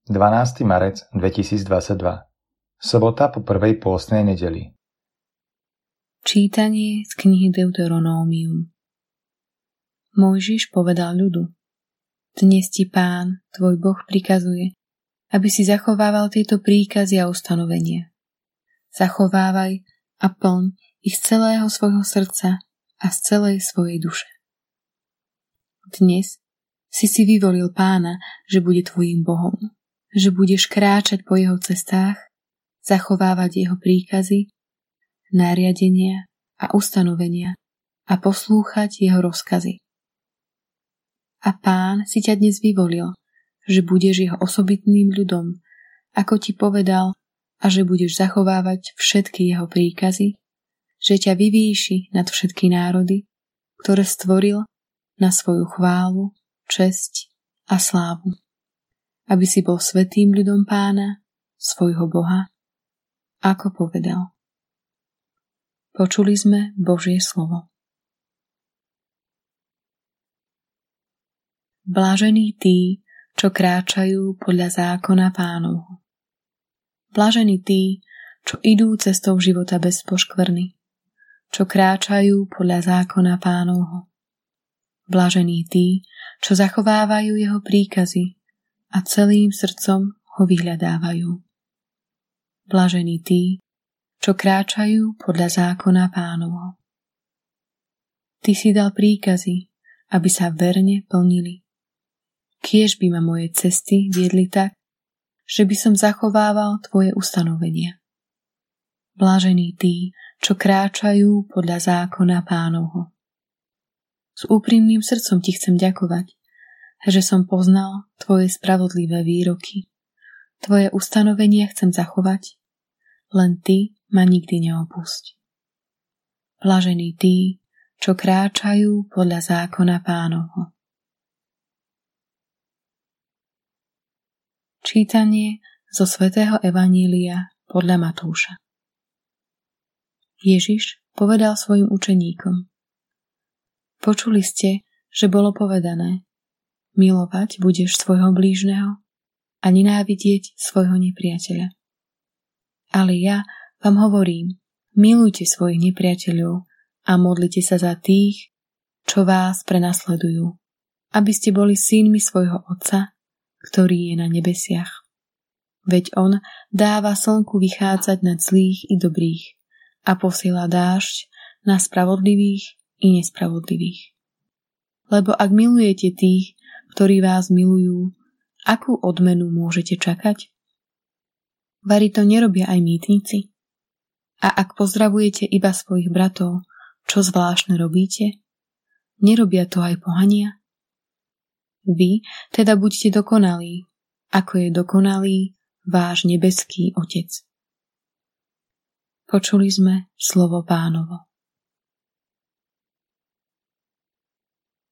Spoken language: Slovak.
12. marec 2022. Sobota po prvej pôstnej nedeli. Čítanie z knihy Deuteronómium. Mojžiš povedal ľudu: Dnes ti Pán, tvoj Boh, prikazuje, aby si zachovával tieto príkazy a ustanovenia. Zachovávaj a plň ich z celého svojho srdca a z celej svojej duše. Dnes si vyvolil Pána, že bude tvojím Bohom, že budeš kráčať po jeho cestách, zachovávať jeho príkazy, nariadenia a ustanovenia a poslúchať jeho rozkazy. A Pán si ťa dnes vyvolil, že budeš jeho osobitným ľudom, ako ti povedal, a že budeš zachovávať všetky jeho príkazy, že ťa vyvýši nad všetky národy, ktoré stvoril na svoju chválu, česť a slávu, aby si bol svätým ľudom Pána, svojho Boha, ako povedal. Počuli sme Božie slovo. Blažení tí, čo kráčajú podľa zákona Pánovho. Blažení tí, čo idú cestou života bez poškvrny, čo kráčajú podľa zákona Pánovho. Blažení tí, čo zachovávajú jeho príkazy a celým srdcom ho vyhľadávajú. Blažení tí, čo kráčajú podľa zákona Pánovho. Ty si dal príkazy, aby sa verne plnili. Kiež by ma moje cesty viedli tak, že by som zachovával tvoje ustanovenia. Blažení tí, čo kráčajú podľa zákona Pánovho. S úprimným srdcom ti chcem ďakovať, že som poznal tvoje spravodlivé výroky. Tvoje ustanovenia chcem zachovať, len ty ma nikdy neopusť. Blažení tí, čo kráčajú podľa zákona Pánovho. Čítanie zo svätého Evanília podľa Matúša. Ježiš povedal svojim učeníkom: Počuli ste, že bolo povedané: Milovať budeš svojho blížneho a nenávidieť svojho nepriateľa. Ale ja vám hovorím, milujte svojich nepriateľov a modlite sa za tých, čo vás prenasledujú, aby ste boli synmi svojho Otca, ktorý je na nebesiach. Veď on dáva slnku vychádzať nad zlých i dobrých a posiela dážď na spravodlivých i nespravodlivých. Lebo ak milujete tých, ktorí vás milujú, akú odmenu môžete čakať? Vari to nerobia aj mýtnici? A ak pozdravujete iba svojich bratov, čo zvláštne robíte? Nerobia to aj pohania? Vy teda buďte dokonalí, ako je dokonalý váš nebeský Otec. Počuli sme slovo Pánovo.